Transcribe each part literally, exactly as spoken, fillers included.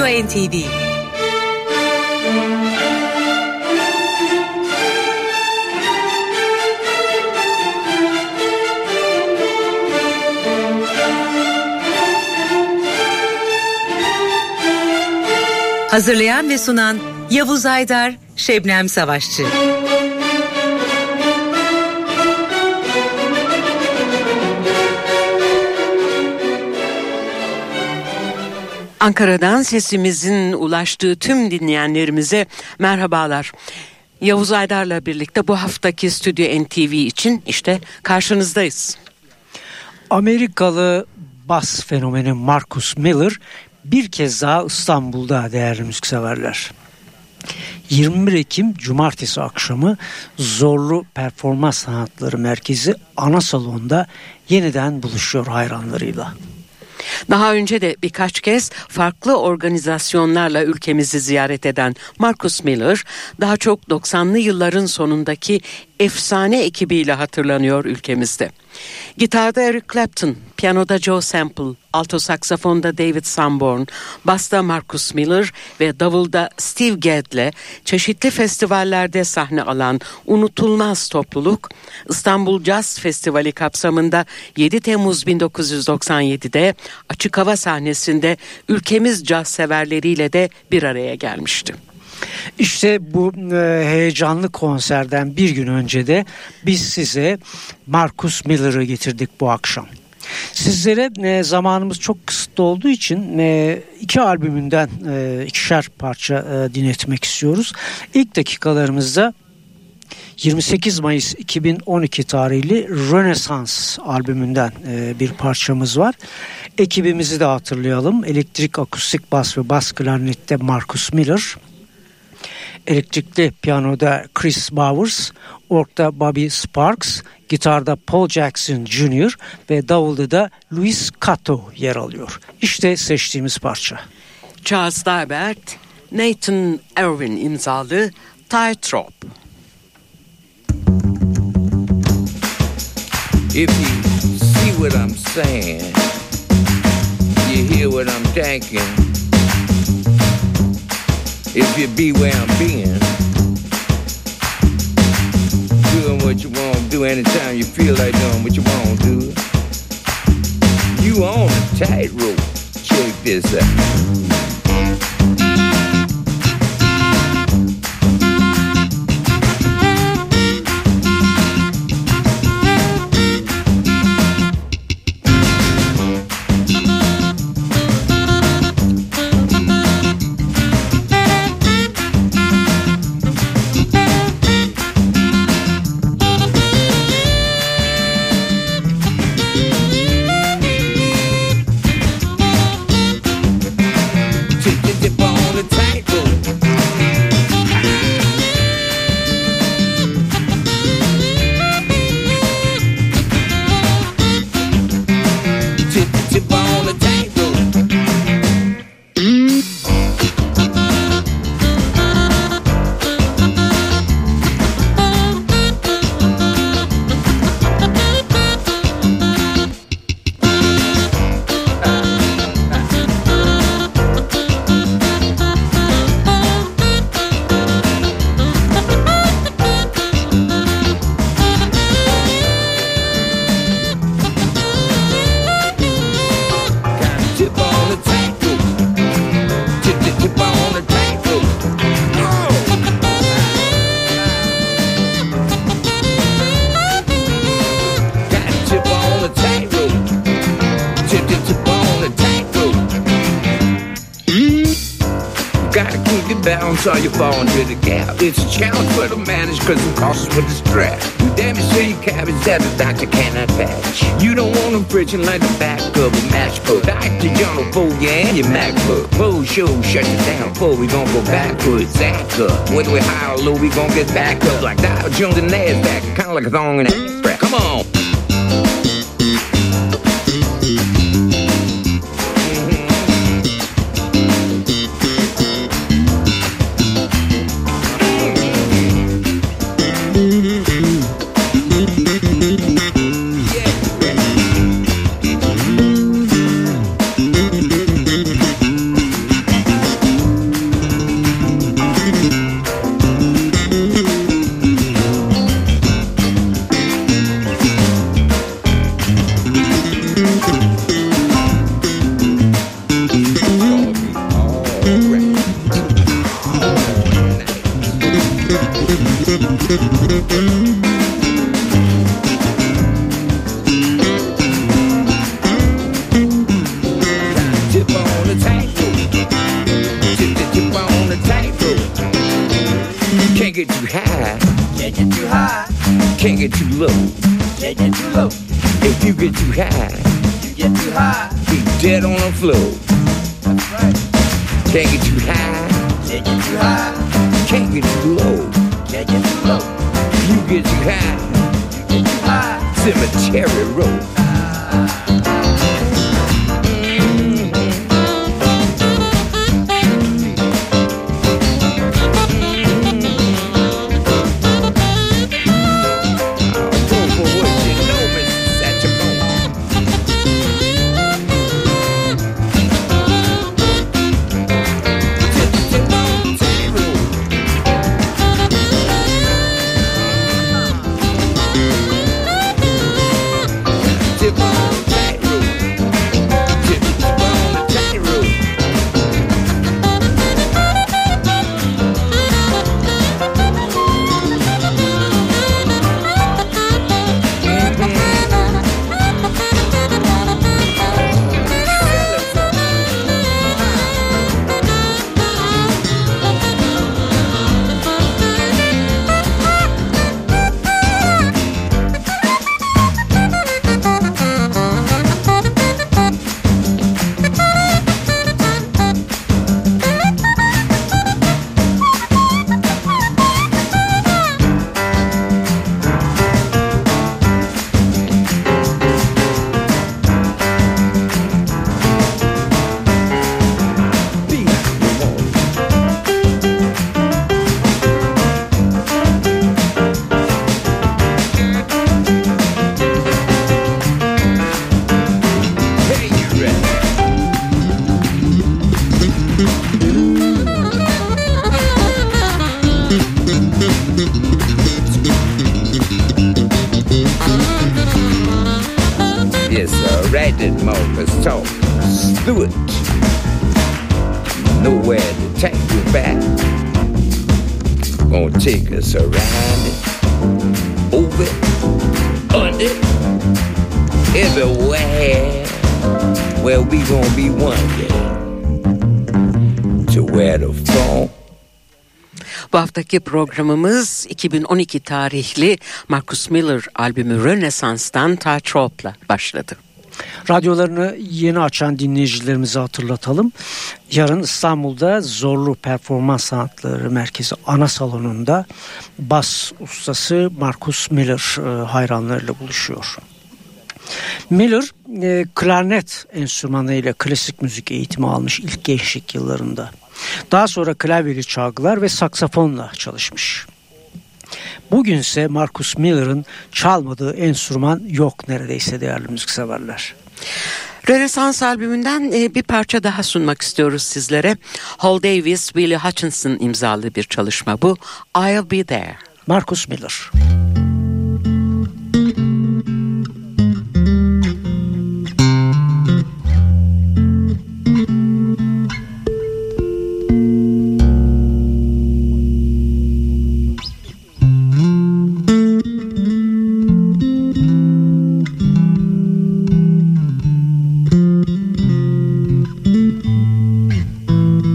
Stüdyo N T V. Hazırlayan ve sunan Yavuz Aydar, Şebnem Savaşçı. Ankara'dan sesimizin ulaştığı tüm dinleyenlerimize merhabalar. Yavuz Aydar'la birlikte bu haftaki Stüdyo N T V için işte karşınızdayız. Amerikalı bas fenomeni Marcus Miller bir kez daha İstanbul'da değerli müzikseverler. yirmi bir Ekim Cumartesi akşamı Zorlu Performans Sanatları Merkezi ana salonda yeniden buluşuyor hayranlarıyla. Daha önce de birkaç kez farklı organizasyonlarla ülkemizi ziyaret eden Marcus Miller, daha çok doksanlı yılların sonundaki efsane ekibiyle hatırlanıyor ülkemizde. Gitarda Eric Clapton, piyanoda Joe Sample, alto saksafonda David Sanborn, basta Marcus Miller ve davulda Steve Gadd'le çeşitli festivallerde sahne alan unutulmaz topluluk, İstanbul Jazz Festivali kapsamında yedi Temmuz bin dokuz yüz doksan yedi'de açık hava sahnesinde ülkemiz caz severleriyle de bir araya gelmişti. İşte bu e, heyecanlı konserden bir gün önce de biz size Marcus Miller'ı getirdik bu akşam. Sizlere e, zamanımız çok kısıtlı olduğu için e, iki albümünden e, ikişer parça e, dinletmek istiyoruz. İlk dakikalarımızda yirmi sekiz Mayıs iki bin on iki tarihli Rönesans albümünden e, bir parçamız var. Ekibimizi de hatırlayalım. Elektrik, akustik bas ve bas klarnette Marcus Miller, elektrikli piyanoda Chris Bowers, orgda Bobby Sparks, gitarda Paul Jackson Junior ve davulda da Louis Cato yer alıyor. İşte seçtiğimiz parça. Charles Dybert, Nathan Erwin imzalı Tightrope. If you see what I'm saying, you hear what I'm thinking. If you be where I'm being, doing what you want to do anytime you feel like doing what you want to do. You on a tightrope. Check this out. Saw you fall into the gap. It's a challenge for the manage cause it costs with the strap. You damn it say your cabbage that the doctor cannot patch. You don't want them preaching like the back of a matchbook. Doctor John for you and your MacBook. Full show, shut it down before we gon' go backwards. Act up. Whether we high or low, we gon' get back up. Like Dow Jones and NASDAQ. Kinda like a thong in a strap. Come on. Can't get too high. Can't get too high. Can't get too low. Can't get too low. If you get too high, You get too high. be dead on the floor. That's right. Can't get too high. Can't get too high. Can't get too low. Can't get too low. You get too high. You get too high. Cemetery Road. Ragged Marcus talk through it. Nowhere to take you back. Gonna take us around it, over it, under it, everywhere. Where we gonna be one day. To where the phone. Bu haftaki programımız iki bin on iki tarihli Marcus Miller albümü Rönesans'tan Touch Rope'la başladı. Radyolarını yeni açan dinleyicilerimize hatırlatalım. Yarın İstanbul'da Zorlu Performans Sanatları Merkezi ana salonunda bas ustası Marcus Miller e, hayranlarıyla buluşuyor. Miller e, klarnet enstrümanıyla klasik müzik eğitimi almış ilk gençlik yıllarında. Daha sonra klavyeli çalgılar ve saksafonla çalışmış. Bugünse Marcus Miller'ın çalmadığı enstrüman yok neredeyse değerli müzikseverler. Rönesans albümünden bir parça daha sunmak istiyoruz sizlere. Hal Davis, Willie Hutchinson imzalı bir çalışma bu. I'll Be There. Marcus Miller.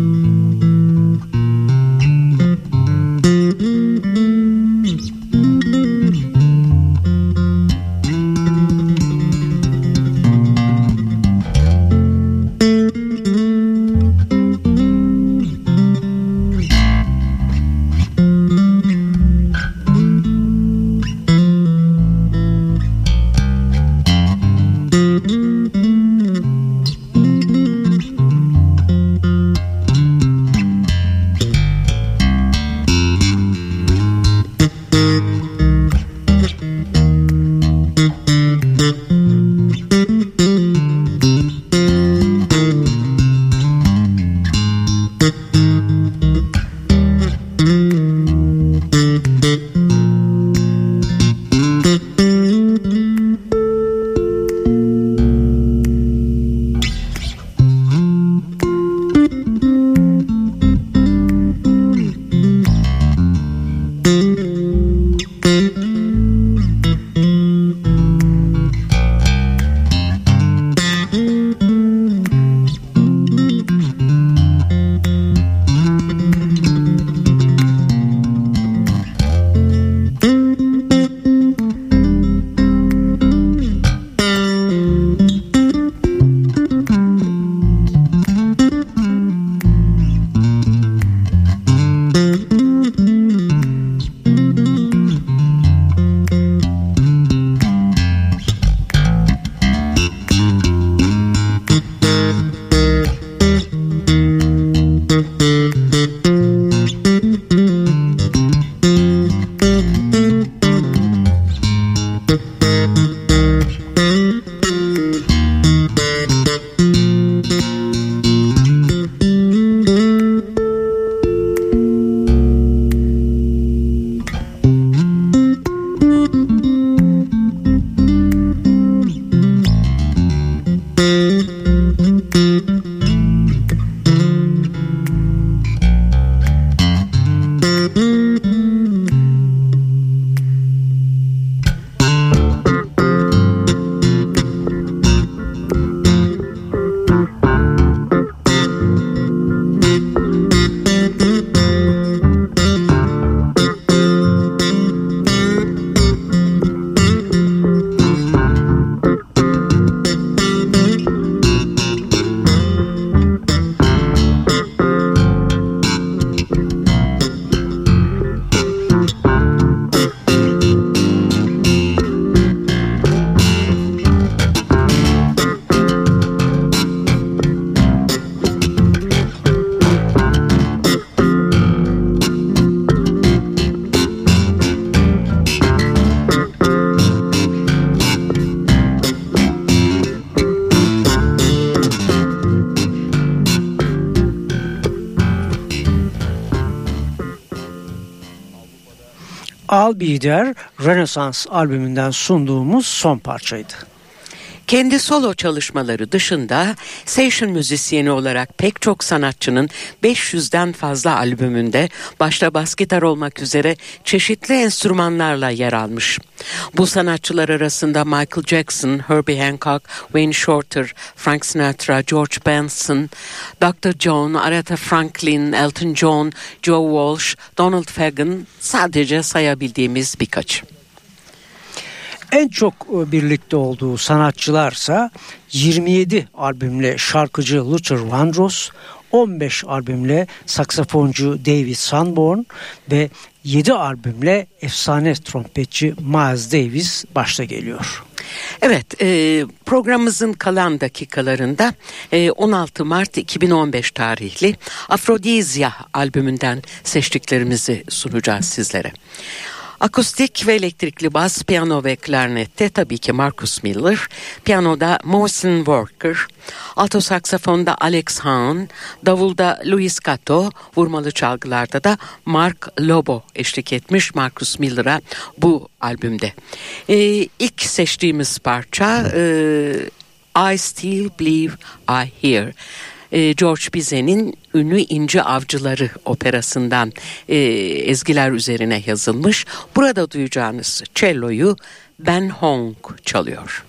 Thank you. I'll Be There Renaissance albümünden sunduğumuz son parçaydı. Kendi solo çalışmaları dışında session müzisyeni olarak pek çok sanatçının beş yüzden fazla albümünde başta bas gitar olmak üzere çeşitli enstrümanlarla yer almış. Bu sanatçılar arasında Michael Jackson, Herbie Hancock, Wayne Shorter, Frank Sinatra, George Benson, doktor John, Aretha Franklin, Elton John, Joe Walsh, Donald Fagen sadece sayabildiğimiz birkaç. En çok birlikte olduğu sanatçılarsa yirmi yedi albümle şarkıcı Luther Vandross, on beş albümle saksafoncu David Sanborn ve yedi albümle efsane trompetçi Miles Davis başta geliyor. Evet, e, programımızın kalan dakikalarında e, on altı Mart iki bin on beş tarihli Aphrodisia albümünden seçtiklerimizi sunacağız sizlere. Akustik ve elektrikli bas, piyano ve klarnette tabii ki Marcus Miller, piyanoda Morrison Walker, alto saksafonda Alex Hahn, davulda Luis Cato, vurmalı çalgılarda da Mark Lobo eşlik etmiş Marcus Miller'a bu albümde. Ee, ilk seçtiğimiz parça e, I Still Believe I Hear. George Bizet'in ünlü İnci Avcıları operasından e, ezgiler üzerine yazılmış. Burada duyacağınız cello'yu Ben Hong çalıyor.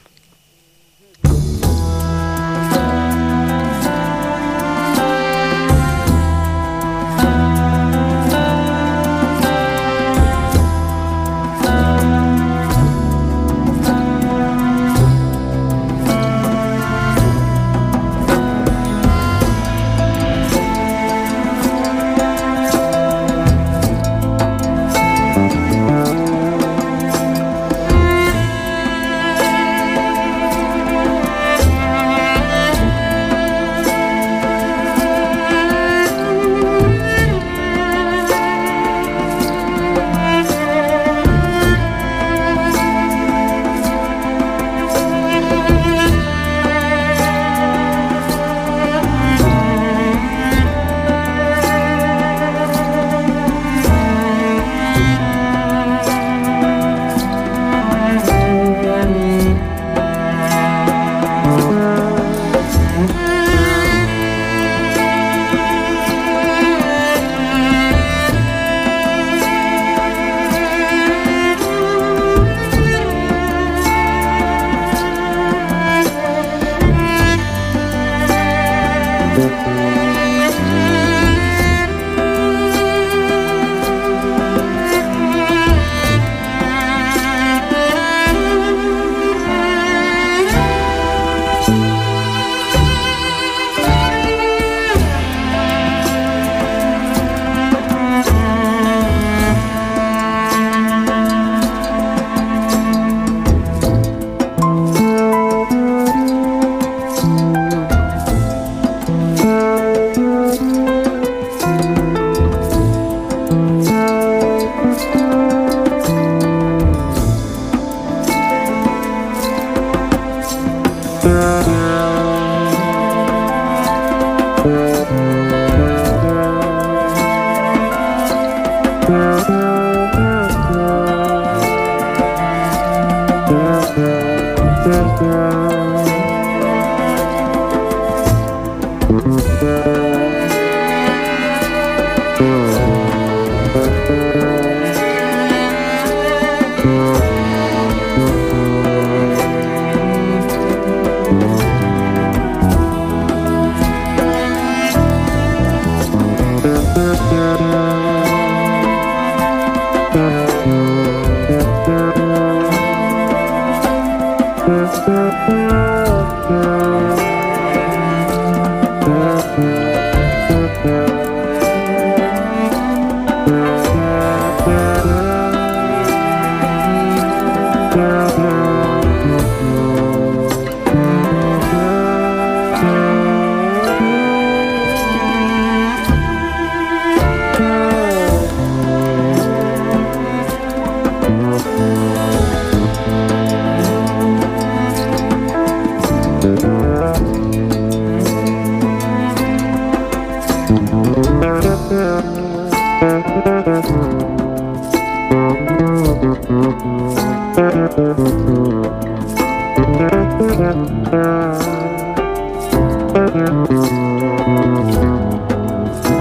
Thank you.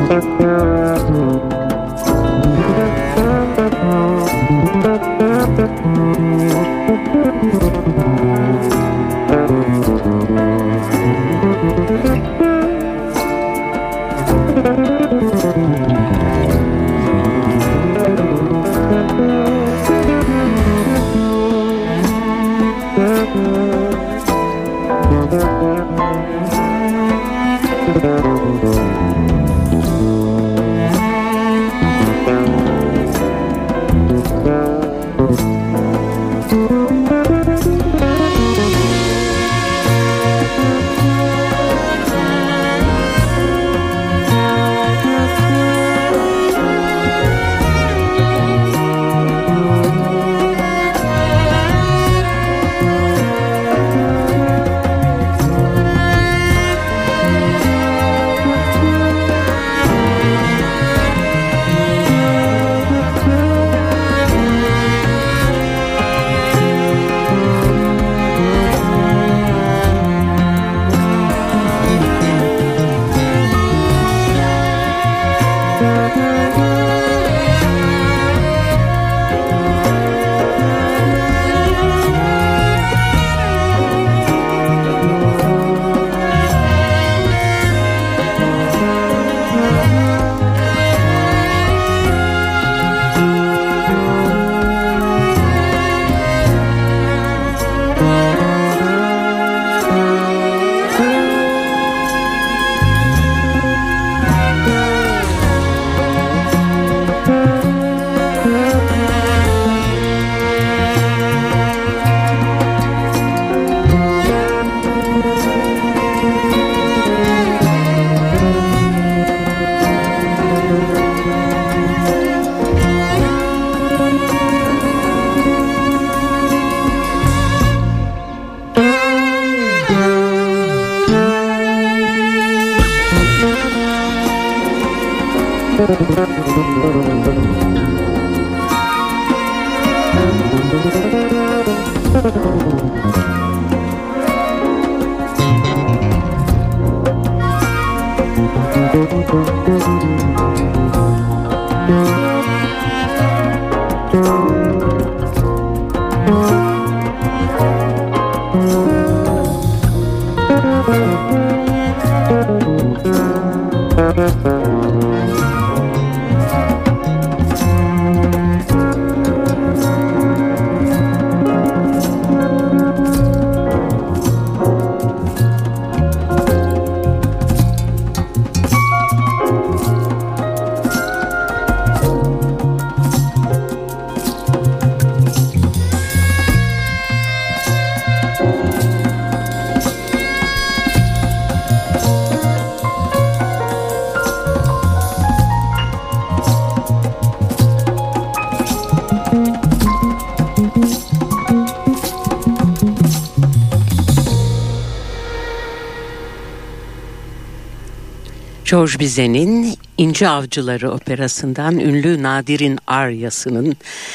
George Bizet'in İnci Avcıları operasından ünlü Nadir'in aryasının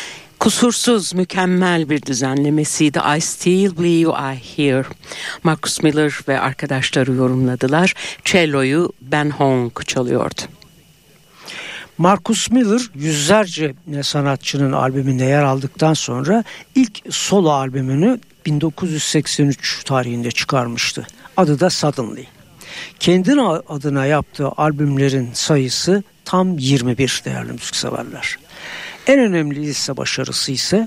kusursuz, mükemmel bir düzenlemesiydi. I Still Believe I Hear. Marcus Miller ve arkadaşları yorumladılar. Cello'yu Ben Hong çalıyordu. Marcus Miller yüzlerce sanatçının albümünde yer aldıktan sonra ilk solo albümünü bin dokuz yüz seksen üç tarihinde çıkarmıştı. Adı da Suddenly. Kendi adına yaptığı albümlerin sayısı tam yirmi bir değerli müzikseverler. En önemli liste başarısı ise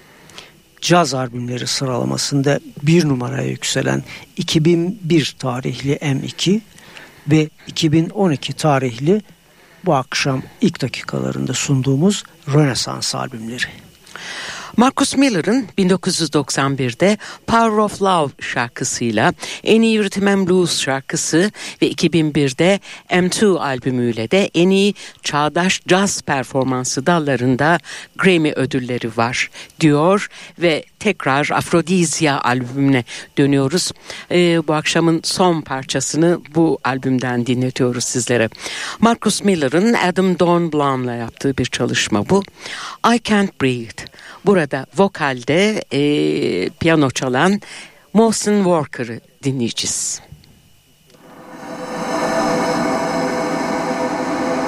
caz albümleri sıralamasında bir numaraya yükselen iki bin bir tarihli M iki ve iki bin on iki tarihli bu akşam ilk dakikalarında sunduğumuz Rönesans albümleri. Marcus Miller'ın bin dokuz yüz doksan birde Power of Love şarkısıyla, en iyi Rhythm and Blues şarkısı ve iki bin birde M iki albümüyle de en iyi çağdaş caz performansı dallarında Grammy ödülleri var diyor ve tekrar Aphrodisia albümüne dönüyoruz. Ee, bu akşamın son parçasını bu albümden dinletiyoruz sizlere. Marcus Miller'ın Adam Dornblum'la yaptığı bir çalışma bu. I Can't Breathe. Burada vokalde e, piyano çalan Mawson Walker'ı dinleyeceğiz.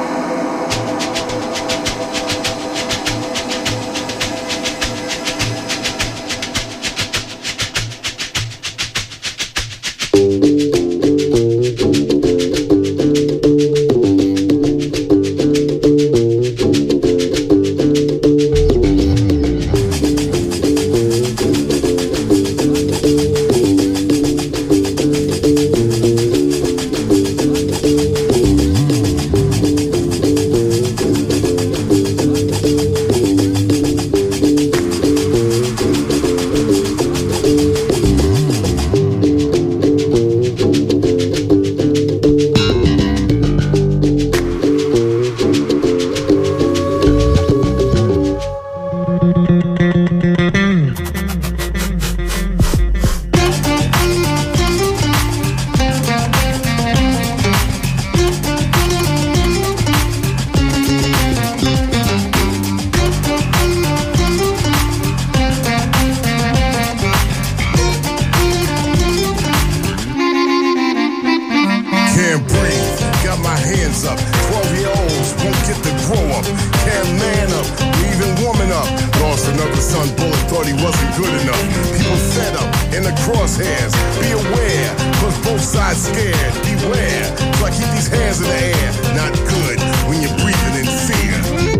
got my hands up. Twelve-year-olds won't get to grow up. Can't man up, even woman up. Lost another son, bullet thought he wasn't good enough. People fed up in the crosshairs. Be aware, cause both sides scared. Beware, so I keep these hands in the air. Not good when you're breathing in fear.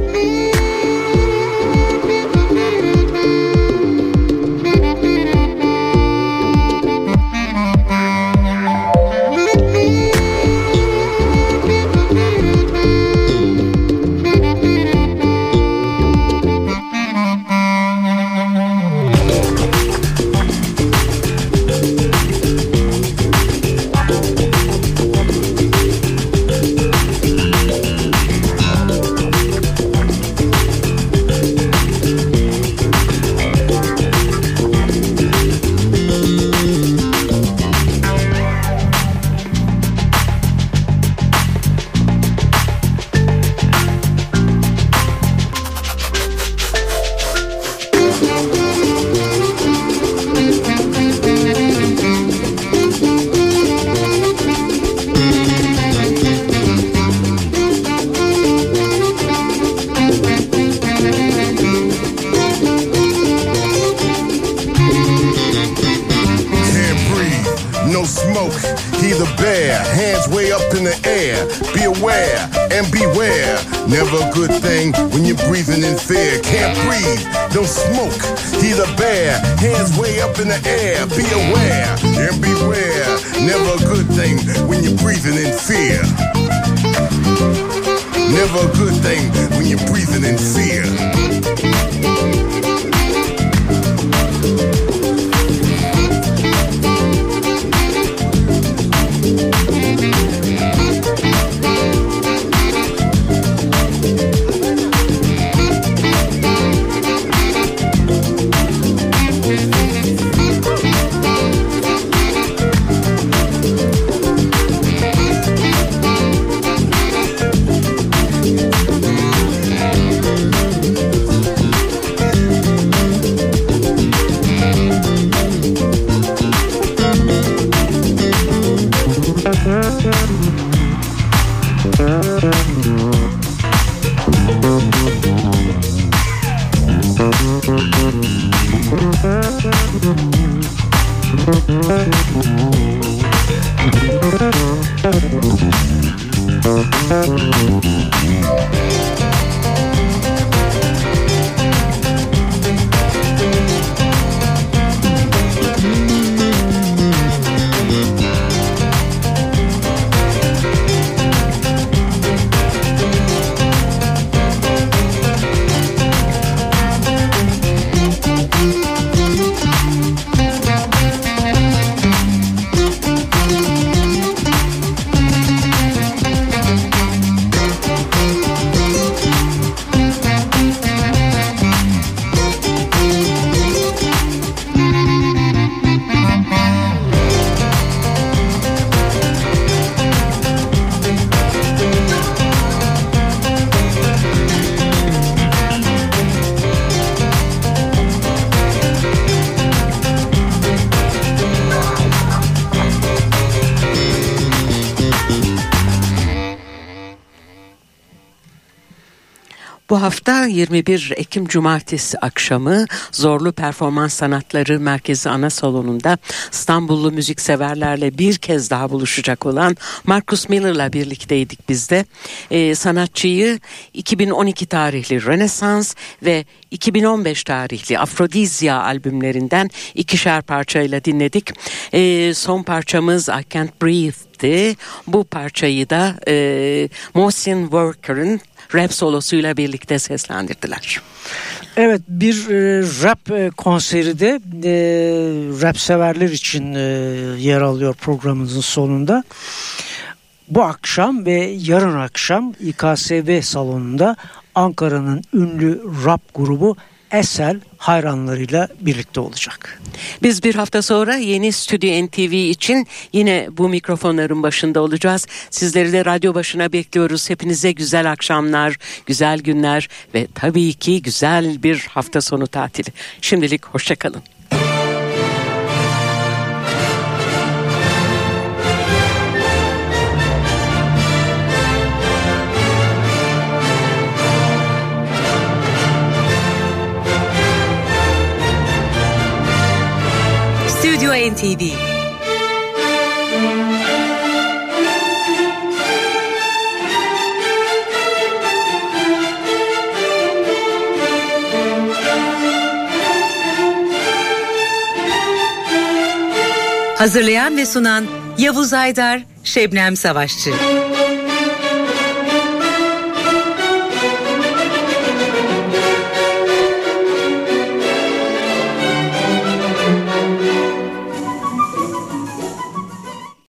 Never a good thing when you're breathing in fear. Can't breathe, don't smoke, he's a bear. Hands way up in the air, be aware and beware. Never a good thing when you're breathing in fear. Never a good thing when you're breathing in fear. Bu hafta yirmi bir Ekim Cumartesi akşamı Zorlu Performans Sanatları Merkezi Ana Salonu'nda İstanbullu müzikseverlerle bir kez daha buluşacak olan Marcus Miller'la birlikteydik biz de. Ee, sanatçıyı iki bin on iki tarihli Renaissance ve iki bin on beş tarihli Aphrodisia albümlerinden ikişer parçayla dinledik. Ee, son parçamız I Can't Breathe'di. Bu parçayı da e, Mohsin Worker'ın rap solosuyla birlikte seslendirdiler. Evet, bir e, rap e, konseri de e, rap severler için e, yer alıyor programımızın sonunda. Bu akşam ve yarın akşam İ K S V salonunda Ankara'nın ünlü rap grubu Esel hayranlarıyla birlikte olacak. Biz bir hafta sonra yeni Stüdyo N T V için yine bu mikrofonların başında olacağız. Sizleri de radyo başına bekliyoruz. Hepinize güzel akşamlar, güzel günler ve tabii ki güzel bir hafta sonu tatili. Şimdilik hoşça kalın. N T V. Hazırlayan ve sunan Yavuz Aydar, Şebnem Savaşçı.